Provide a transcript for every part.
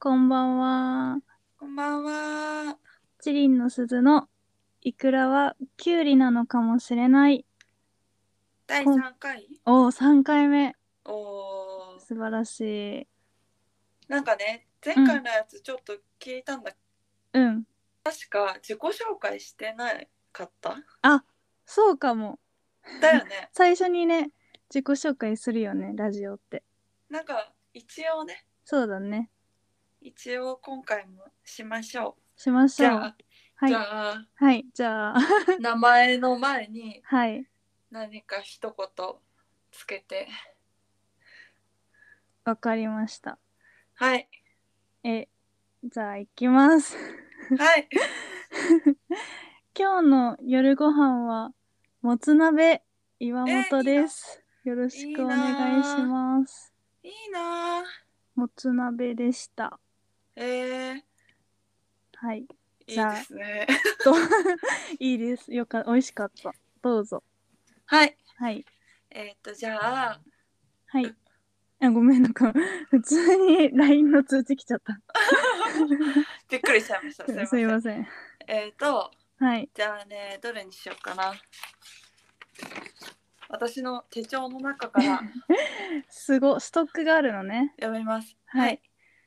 こんばんは。 こんばんは。 チリンの鈴のイクラはキュウリなのかもしれない。 第こん、 3回。 3回目。 おー。 素晴らしい。 なんかね、前うん、 回のやつちょっと聞いたんだ。 うん。 確か自己紹介してないかった。 あ、そうかも。 だよね。 最初にね、自己紹介するよね、ラジオって。 なんか一応ね、 そうだね。 一応今回もしましょう。 しましょう。 じゃあ、じはい。 ゃあ、 はい。じゃあ、 名前の前にはい。 何か一言つけて。 わかりました。 はい。 え、じゃあ行きます。 はい。 今日の夜ご飯は、もつ鍋、岩本いいな。 です。よろしくいいお願いしな。 ます。 いいな。 もつ鍋でした。 ー、 はい。じいいでゃあ、 すね。 といいです。美味しかった。どうぞ。 はい。 はい。 じゃあ、 はい。あ、ごめん、普通に LINE の通知来ちゃった。 びっくりしちゃいました。すいません。 すいません。 えっ、と、 はい。 じゃあね、どれにしようかな。私の手帳の中からストックがあるのね。 読みます。 はい。 はい。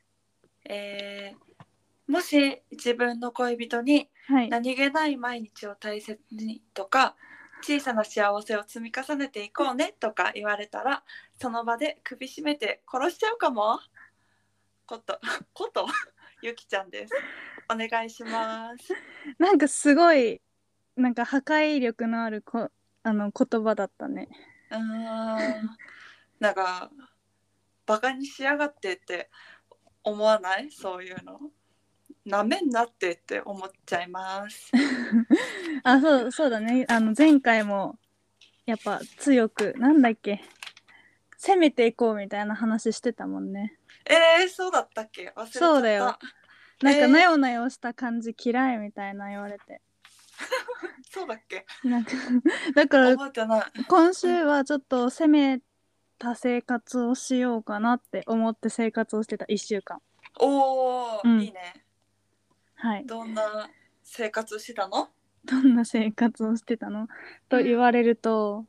もし自分の恋人にはい。 何気ない毎日を大切にとか、小さな幸せを積み重ねていこうねとか言われたら、その場で首絞めて殺しちゃうかも。こと、ことゆきちゃんです。お願いします。 なんかすごい、破壊力のある言葉だったね。 うーん。なんか、バカにしやがってって思わない？そういうの。なめんなってって思っちゃいます。 あ、そうだね。前回も、やっぱ強く、なんだっけ、攻めていこうみたいな話してたもんね。 そうだったっけ？忘れそうだよ。 ちゃった。えなよなよした感じ嫌いみたいな言われて。 そうだっけ？ なんかだから、 覚えてない。 今うん。 週はちょっと攻めた生活をしようかなって思って生活をしてた1週間。 おー、いうん。 いね。 はい。 どんな生活したの？ どんな生活をしてたのうん。 と言われると、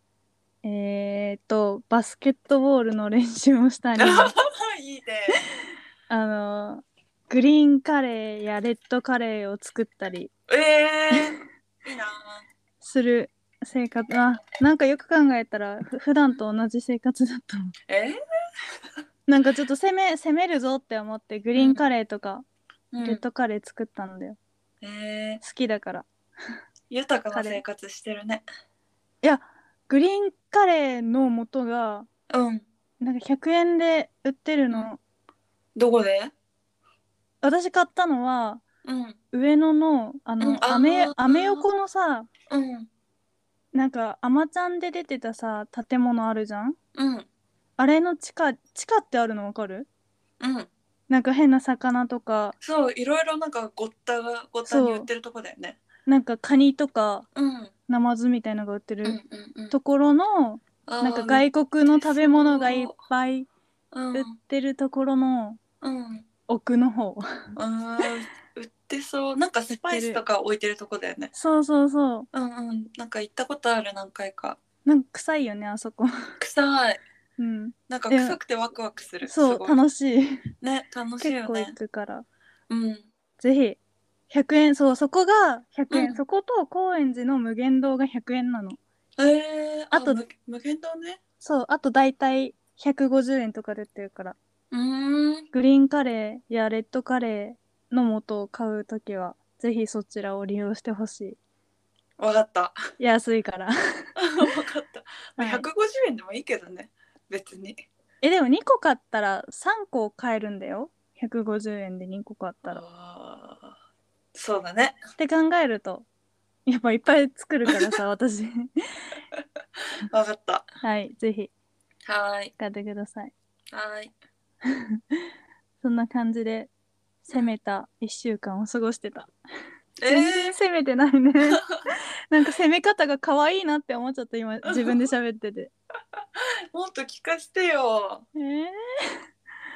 バスケットボールの練習をしたり、 いいね。 あの、グリーンカレーやレッドカレーを作ったりいいな。 する生活。あ、なんかよく考えたら、普段と同じ生活だったの。 えなんかちょっと攻めるぞって思って、グリーンカうん。 レーとか、レッうん。 ドカレー作ったんだよ。 え好きだから、 豊かなカレー。 生活してるね。 いや、グリーンカレーの素が、 うん。 なんか100円で売ってるうん。 の。 どこで？ 私買ったのは、 うん。 上野の、 うん。 アメ横のさ、 うん。 アマちゃんで出てたさ、建物あるじゃん。 うん。 あれの地下ってあるのわかる？ うん。 なんか変な魚とか、 そう、いろいろなんかごったに売っそてるとこだよね。 う、なんかカニとか、 うん。 ナマズみたいのが売ってうんるうんうん。 ところの、なんかああ、売っ外国のて食べ物がいっそう。 ぱい売っうん。 てるところのうん。 奥の方。 売ってそう。なんかスパイス売ってる。 とか置いてるとこだよね。 そうそうそう。 うんうん。なんか行ったことある、何回か。 なんか臭いよね、あそこ。 臭い。 うん。 なんかえ、 臭くてワクワクする。すそう、 ごい。 楽しい。 ね、楽しい結構行よね。 くから。 うん。 ぜひ。100円、そう、そこが100円。 うん。 そこと高円寺の無限堂が100円なの。あと、 無限だね。 そう、あとだいたい150円とかで売ってるから。 うーん。 グリーンカレーやレッドカレーの素を買うときは、ぜひそちらを利用してほしわかった。 い。安いから。 わかった。まあ、 はい。 150円でもいいけどね。別に。 でも2個買ったら3個買えるんだよ。150円で2個買ったら。っああ、そうだね。 て考えると、やっぱいっぱい作るからさ、私。 わかった。 はい、ぜひはーい。 使ってください。 はーい。 そんな感じでうん。 攻めた1週間を過ごしてた。 え全然攻めてないね。なんか攻め方が可愛いなって思っちゃった今自分で喋ってて。 もっと聞かせてよ。 えー、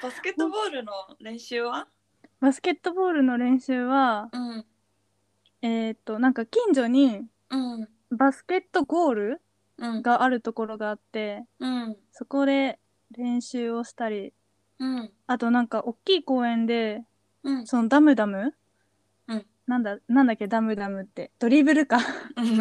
バスケットボールの練習は？ バスケットボールの練習は、 うんなんか近所にうんバスケットゴールうんがあるところがあって、 うんそこで練習をしたり、 うんあとなんか大きい公園で、 うんそのダムダムうんなんだっけ、ダムダムって。ドリブルか。 うん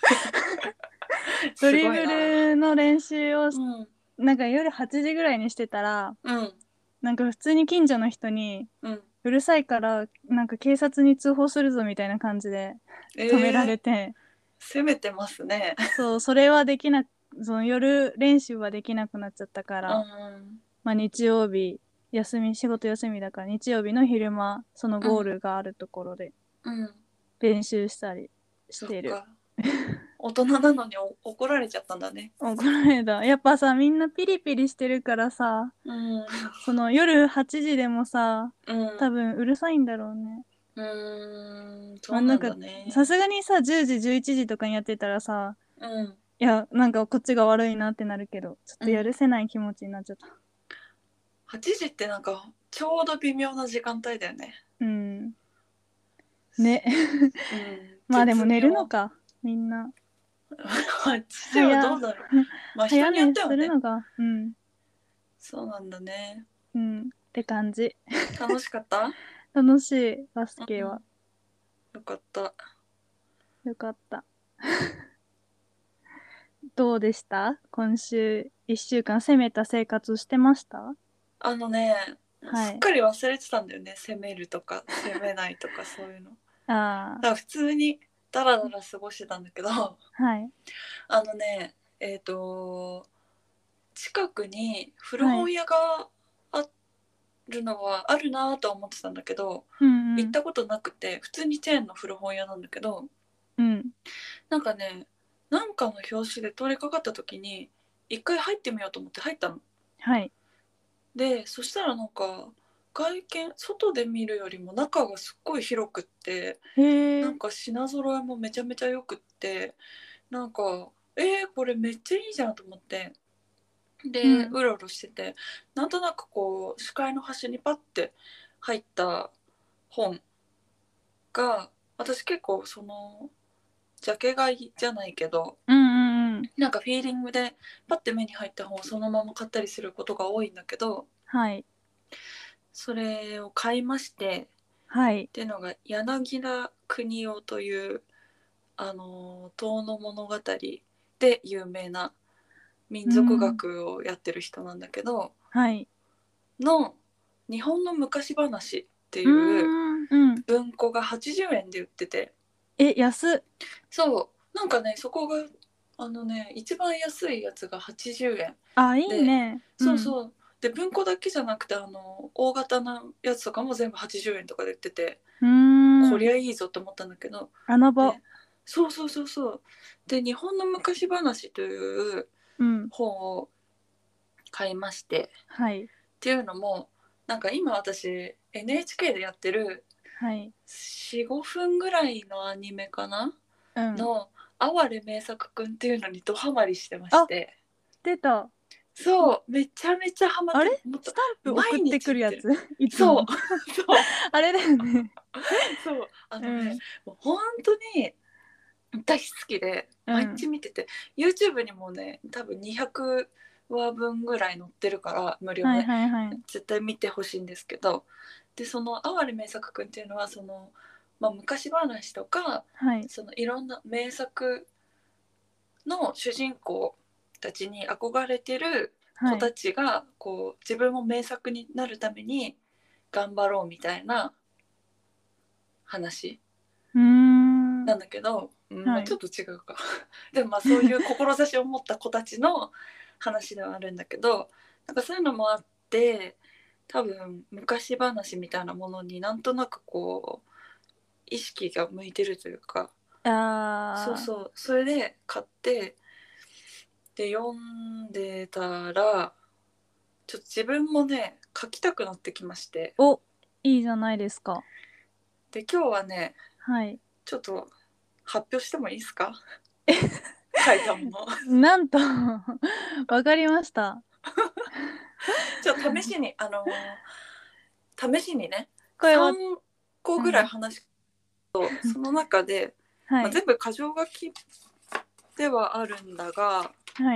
ドリブすごいな。 ルの練習をうんなんか夜8時ぐらいにしてたら、 うんなんか普通に近所の人に、 うんうるさいからなんか警察に通報するぞみたいな感じで止められて、 攻めてますね。 そう、それはできなその夜練習はできなくなっちゃったかうら、 んまあ日曜日仕事休みだから日曜日の昼間そのゴールがあるところでうん練習したりしてる。 そっか。大人なのに怒られちゃったんだね。 この間やっぱさ、みんなピリピリしてるからさ、 うんその夜8時でもさ、 うん多分うるさいんだろうね。 そうなんまあなんかだね。 さすがにさ10時11時とかにやってたらさ、 うんいやなんかこっちが悪いなってなるけど、ちょっとやうんるせない気持ちになっちゃった。 8時ってなんかちょうど微妙な時間帯だよね。 うんね。 うんまあでも寝るの絶かみんな。 妙。8時はどうだろう。まあ人によっ早寝てはね。 するのがそうなんだね。 って感じ。 楽しかった？ 楽しいバスケは。 うんよかった。 よかった。どうでした今週1週間攻めた生活してました？ あのね、 はい。 すっかり忘れてたんだよね。攻めるとか攻めないとかそういうの。だあから普通にダラダラ過ごしてたんだけど、 あ、はい。 あのね、近くに古はい。 本屋があるのはあるなとは思ってたんだけど、 うんうん。 行ったことなくて、普通にチェーンの古本屋なんだけど、 うん。 なんかね、なんかの表紙で通りかかった時に一回入ってみようと思って入ったの。 はい。 でそしたらなんか外見外で見るよりも中がすっごい広くって、 へえ。 なんか品揃えもめちゃめちゃよくって、なんかこれめっちゃいいじゃんと思って、 うん。 でうろうろしてて、なんとなくこう視界の端にパッて入った本が、私結構そのジャケ買いじゃないけど、 うんうんうん。 なんかフィーリングでパッて目に入った本をそのまま買ったりすることが多いんだけど、 はい。 それを買いまして、 はい。 っていうのが柳田国男という遠野物語で有名な民族うん。 学をやってる人なんだけどはい。 の日本の昔話ってうーいうん。うん。 文庫が80円で売ってて、 安っ。 そうなんかね、そこが一番安いやつが80円あ、いいで、 ね。うん。 そうそうで文庫だけじゃなくて大型なやつとかも全部80円とかで売ってて、 うーん。 こりゃいいぞって思ったんだけど、 穴場。 でそうで日本の昔話といううん。 本を買いまして、 はい。 っていうのもなんか今私 NHK でやってるはい。 45分ぐらいのアニメかなうん。 の哀れ名作くんっていうのにドハマりしてましあ、 て、 出た。 そうめちゃめちゃハマっあれてる、もっとスタンプ送毎ってくるやつ日見てる。 いつそうも。 そうあれだよね。 そううん。 もう本当に大好きで毎うん。 日見てて、 YouTube にもね多分200話分ぐらい載ってるから無料はいではいはい。 絶対見てほしいんですけど、でその哀れ名作くんっていうのはその、昔話とかはい。 そのいろんな名作の主人公たちに憧れてる子はい。 たちがこう自分も名作になるために頑張ろうみたいな話うーん。 なんだけど、 はい。 ちょっと違うかでもそういう志を持った子たちの話ではあるんだけど、なんかそういうのもあって多分昔話みたいなものになんとなくこう意識が向いてるというか、そうあそうそれで買ってで読んでたらちょっと自分もね書きたくなってきまして、 いいじゃないですか。 で今日はねはい。 ちょっと発表してもいいですか？書いたもの。 なんとわかりました。 ちょっと試しにねこれは、 3個ぐらい話すと、その中で、 はい、 全部箇条書きではあるんだが、 はい、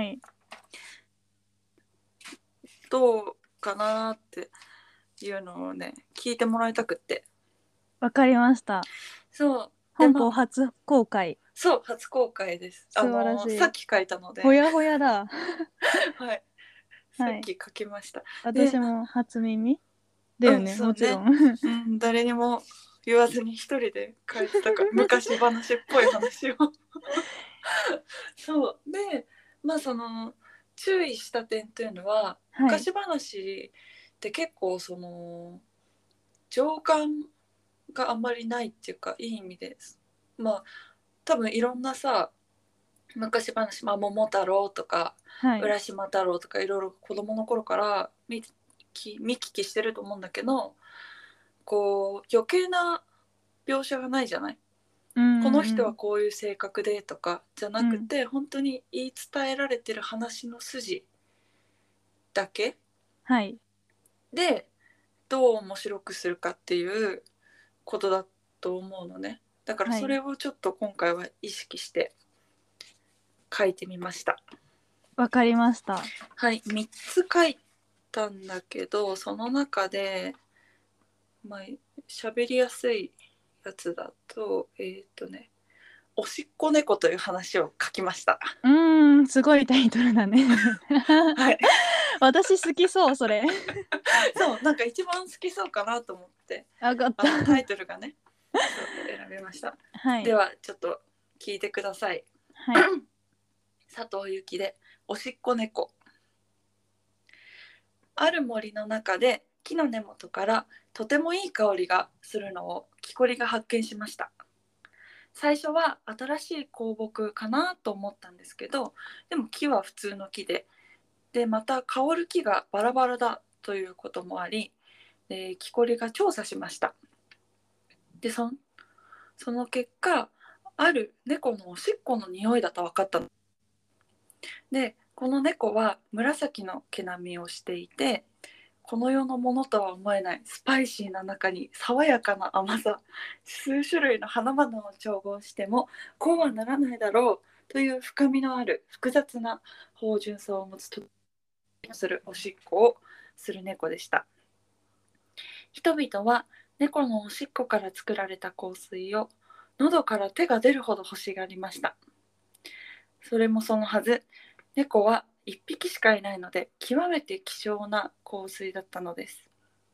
どうかなっていうのをね聞いてもらいたくって。 わかりました。 そうで、 本邦初公開。 そう初公開です。 素晴らしい。 さっき書いたので、 ほやほやだ。 はい、さはい。 っき書きました。で、 私も初耳だよね、 そうね、 もちろん。 誰にも言わずに一人で書いてたから昔話っぽい話をそうで、その注意した点というのは、 はい、 昔話って結構情感があんまりないっていうか、いい意味です。多分いろんなさ昔話、桃太郎とかはい、 浦島太郎とかいろいろ子供の頃から見聞きしてると思うんだけど、こう余計な描写がないじゃない。 うんこの人はうんこういう性格でとかじゃうん。 なくて、本当に言い伝えられてる話の筋だけはい、 でどう面白くするかっていうことだと思うのね。だからはい。 それをちょっと今回は意識して書いてみました。 わかりました。 はい、3つ書いたんだけど、その中で喋りやすいやつだとおしっこ猫という話を書きました。 すごいタイトルだね。 はい。 私好きそう、それ。 そう、なんか一番好きそうかなと思ってわかった。 タイトルがね、そう選びました。 はい、 ではちょっと聞いてください。 はい。 佐藤由紀でおしっこ猫。ある森の中で木の根元からとてもいい香りがするのを木こりが発見しました。最初は新しい香木かなと思ったんですけど、でも木は普通の木でまた香る木がバラバラだということもあり、木こりが調査しました。でその結果、ある猫のおしっこの匂いだと分かったので、この猫は紫の毛並みをしていて、この世のものとは思えないスパイシーな中に爽やかな甘さ、数種類の花々を調合してもこうはならないだろうという深みのある複雑な芳醇さを持つとするおしっこをする猫でした。人々は猫のおしっこから作られた香水を喉から手が出るほど欲しがりました。それもそのはず、猫は1匹しかいないので極めて希少な香水だったのです。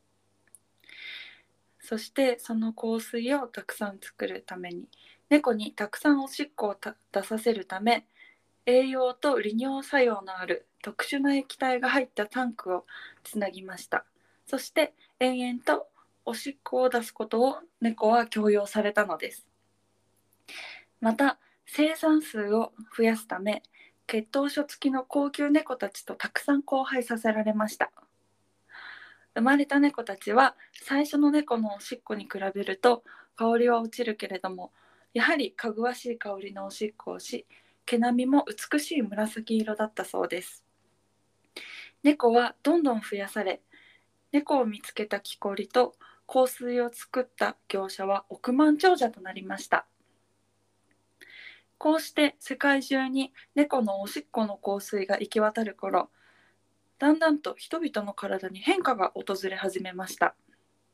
そしてその香水をたくさん作るために、猫にたくさんおしっこを出させるため、栄養と利尿作用のある特殊な液体が入ったタンクをつなぎました。そして延々とおしっこを出すことを猫は強要されたのです。また生産数を増やすため、血統書付きの高級猫たちとたくさん交配させられました。生まれた猫たちは最初の猫のおしっこに比べると香りは落ちるけれども、やはりかぐわしい香りのおしっこをし、毛並みも美しい紫色だったそうです。猫はどんどん増やされ、猫を見つけた木こりと香水を作った業者は億万長者となりました。こうして世界中に猫のおしっこの香水が行き渡る頃、だんだんと人々の体に変化が訪れ始めました。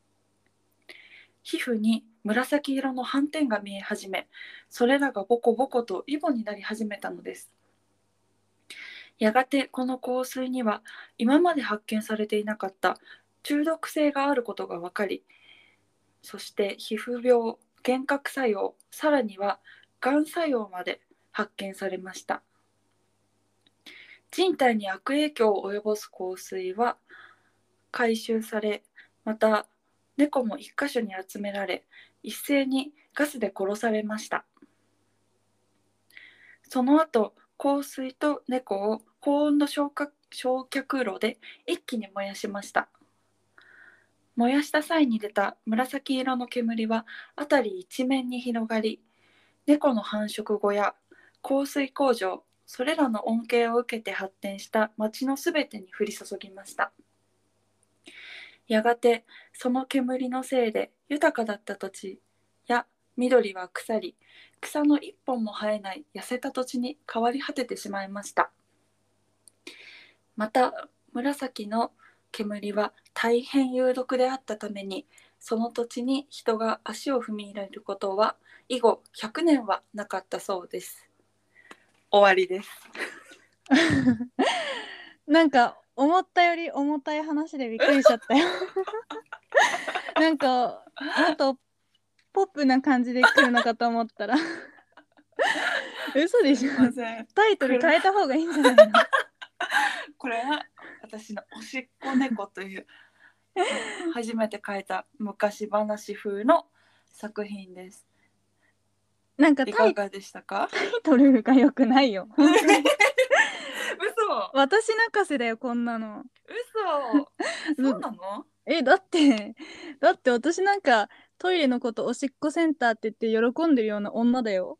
皮膚に紫色の斑点が見え始め、それらがボコボコとイボになり始めたのです。やがてこの香水には今まで発見されていなかった中毒性があることが分かり、そして皮膚病、幻覚作用、さらにはがん作用まで発見されました。人体に悪影響を及ぼす香水は回収され、また猫も一箇所に集められ、一斉にガスで殺されました。その後、香水と猫を高温の焼却炉で一気に燃やしました。燃やした際に出た紫色の煙は辺り一面に広がり、猫の繁殖小屋、香水工場、それらの恩恵を受けて発展した町のすべてに降り注ぎました。 やがてその煙のせいで豊かだった土地や緑は腐り、草の一本も生えない痩せた土地に変わり果ててしまいました。また紫の煙は大変有毒であったために、その土地に人が足を踏み入れることは以後100年はなかったそうです。終わりです。 なんか思ったより重たい話でびっくりしちゃったよ。なんかもっとポップな感じで来るのかと思ったら嘘でしょ。 すいません。 タイトル変えた方がいいんじゃないの？ これは私のおしっこ猫という初めて書いた昔話風の作品です。 なんかいかがでしたか？ タイトルが良くないよ。本当に嘘私泣かせだよこんなの。 嘘そうなの？ だって私なんかトイレのことおしっこセンターって言って喜んでるような女だよ。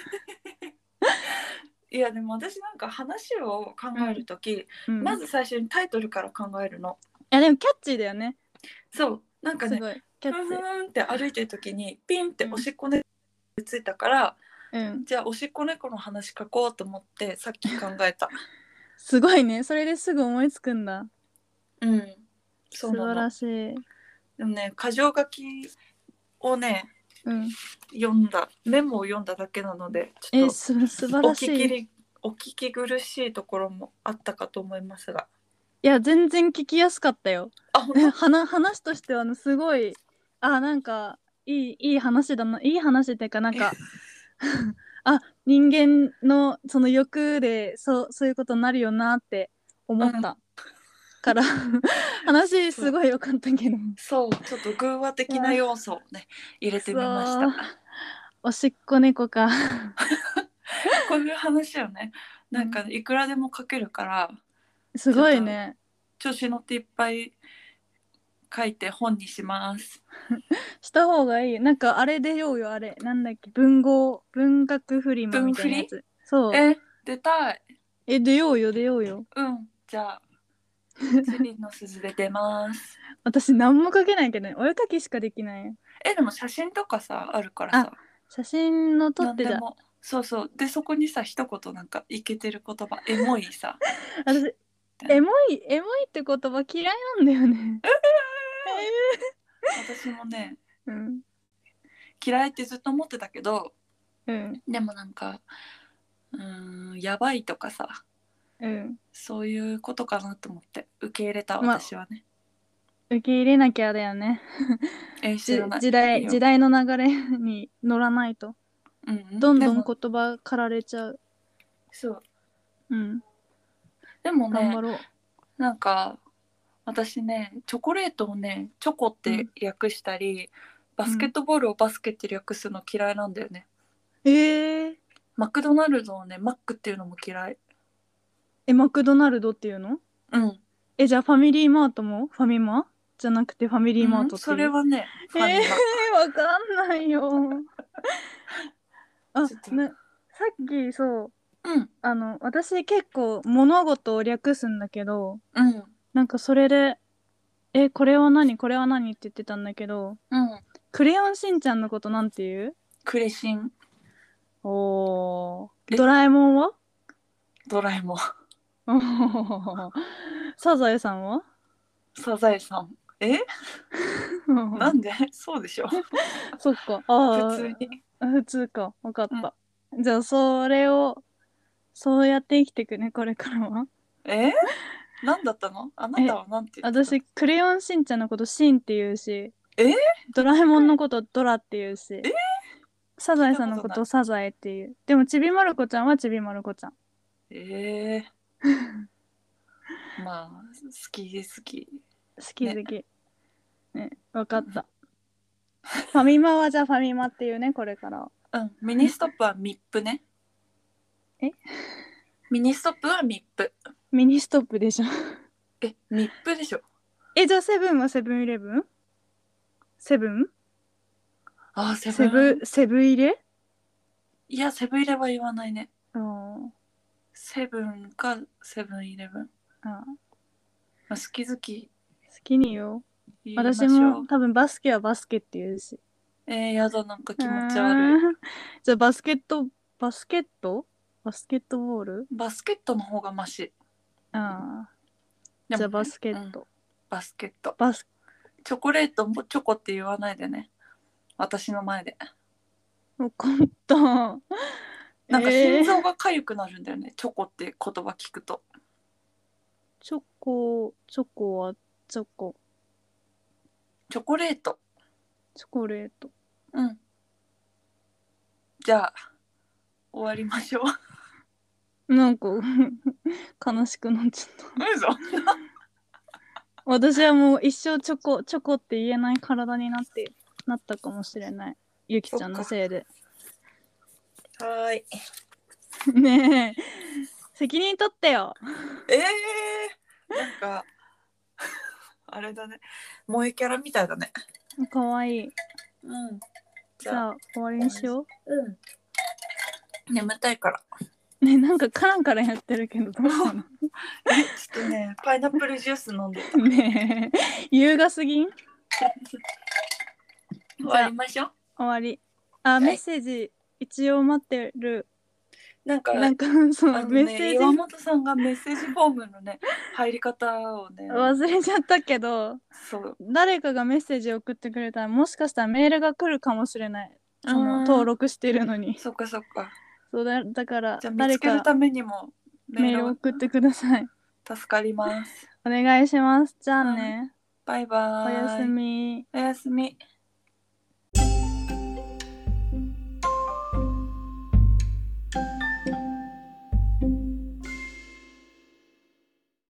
いやでも私なんか話を考えるとき、まうん。 ず最初にタイトルから考えるの。 いやでもキャッチーだよね。 そうなんかね、 すごいキャッチふんふんって歩いてるときにピンってー。 おしっこ猫についたから、 うん。 じゃあおしっこ猫の話書こうと思ってさっき考えた。 すごいね。それですぐ思いつくんだ。 うん、そうなの。 素晴らしい。 でもね、箇条書きをね、 うん。 読んだ、メモを読んだだけなので、ちょっと素晴らしい。 お聞き苦しいところもあったかと思いますが。 いや、全然聞きやすかったよ。 あ、本当？ 話としてはすごい、なんか、いい話だな。いい話っていうか、なんか、人間のその欲で、そういうことになるよなって思っうん、 たから、話そうすごい良かったけど。 そう、ちょっと偶話的な要素をね、入れてみました。 おしっこ猫か。 こういう話をね、なんかうん、 いくらでも書けるから、 すごいちょっとね。 調子乗っていっぱい書いて本にします。 した方がいい。なんかあれ出ようよ、あれ。なんだっけ、文学フリマみた文振り？ いなやつ。そう。 出たい。 出ようよ、出ようよ。 うん、じゃあ、チリの鈴で出ます。 私何も書けないけどね。お絵描きしかできないよ。 でも写真とかさ、あるからあ、 さ、 写真の撮ってじゃ。 なんでも。そうそう。で、そこにさ、一言なんかイケてる言葉、エモいさ。 私、エモいって言葉嫌いなんだよね。 私もね、 うん。 嫌いってずっと思ってたけど、 うん。 でもなんか、やばいとかさ、 うん。 そういうことかなと思って受け入れたまあ、 私はね。 受け入れなきゃだよね。 知らない。 時いいよ。 代の流れに乗らないと。 うんうん。 どんどん言でも、 葉駆られちゃう。 そう。 うん。 でもね、 頑張ろなんか、私ね、チョコレートをね、チョコっう。うん。 て略したり、バうん。 スケットボールをバスケって略すの嫌いなんだよね。 えー、 マクドナルドをね、マックっていうのも嫌い。 マクドナルドっていうの？ うん。 じゃあファミリーマートもファミマじゃなくてファミリーマートってそいう？ れはね、ファミマ。 わかんないよ。 ちょっと、 さっきそう、 うん、 私結構物事を略すんだけど、 うん、 なんかそれで、これは何これは何って言ってたんだけど、 うん。 クレヨンしんちゃんのことなんて言う？ クレシン。 ドラえもんは？ ドラえもん。 おーサザエさんは？ サザエさん。なんで？そうでしょ。 そっか。 普通に。 普通か。わかっうん。 た。じゃあ、そうやって生きていくね、これからは。 え何だったの？あなたえ、 はなんて言ってたの？ 私、クレヨンしんちゃんのことしんって言うし、 えドラえもんのことドラって言うし、 えサザエ聞いたさんのこことない。 とサザエって言う。でも、ちびまる子ちゃんはちびまる子ちゃん。 えまあ、好き好き。 好きね。 好き。ね、わかった。ファミマはじゃあファミマっていうね、これから。 うん。ミニストップはミップね。 えミニストップはミップ。 ミニストップでしょ。 ミップでしょ。 じゃあセブンはセブンイレブン？セブンあ、セブン。 セブ入れ？ いや、セブンイレは言わないね。 あーセブンかセブンイレブン。 あ、 まあ、好き好き。 好きによ。 言いま私しょう。 も多分バスケはバスケって言うし。 やだ、なんか気持ち悪い。 じゃあバスケットボール。 バスケットの方がマシ。 ああ。 でもねじゃあバスケット。 バスケット。 バスチョコレートもチョコって言わないでね。私の前で。 わかった。 なんか心臓が痒くなるんだよね。チョコって言葉聞くと。 チョコはチョコ。 チョコレート。 チョコレート。 うん。じゃあ終わりましょう。 なんか悲しくなっちゃった。 嘘。 私はもう一生チョコって言えない体になったかもしれない。ゆきちゃんのせいで。 はーい。 ねえ、責任取ってよ。 なんかあれだね。萌えキャラみたいだね。 かわいい。 うん。 じゃあ終わりにしようん。眠たいから。 う。ね、なんかカランカランやってるけどどうしたの？ ちょっとね、パイナップルジュース飲んでた。 ねえ、優雅すぎん？ 終わりましょう。 終わり。あ、メッセージ一応待ってる。 なんかそうメッセージ岩本さんがメッセージフォームのね入り方をね忘れちゃったけど、 そう誰かがメッセージを送ってくれたらもしかしたらメールが来るかもしれない。その登録してるのに。 そっかそっか。 そうだからじゃあ見誰かつけるためにもメールを送ってください。 助かります。 お願いします。じゃあね。 バイバーイ。 おやすみ。 おやすみ。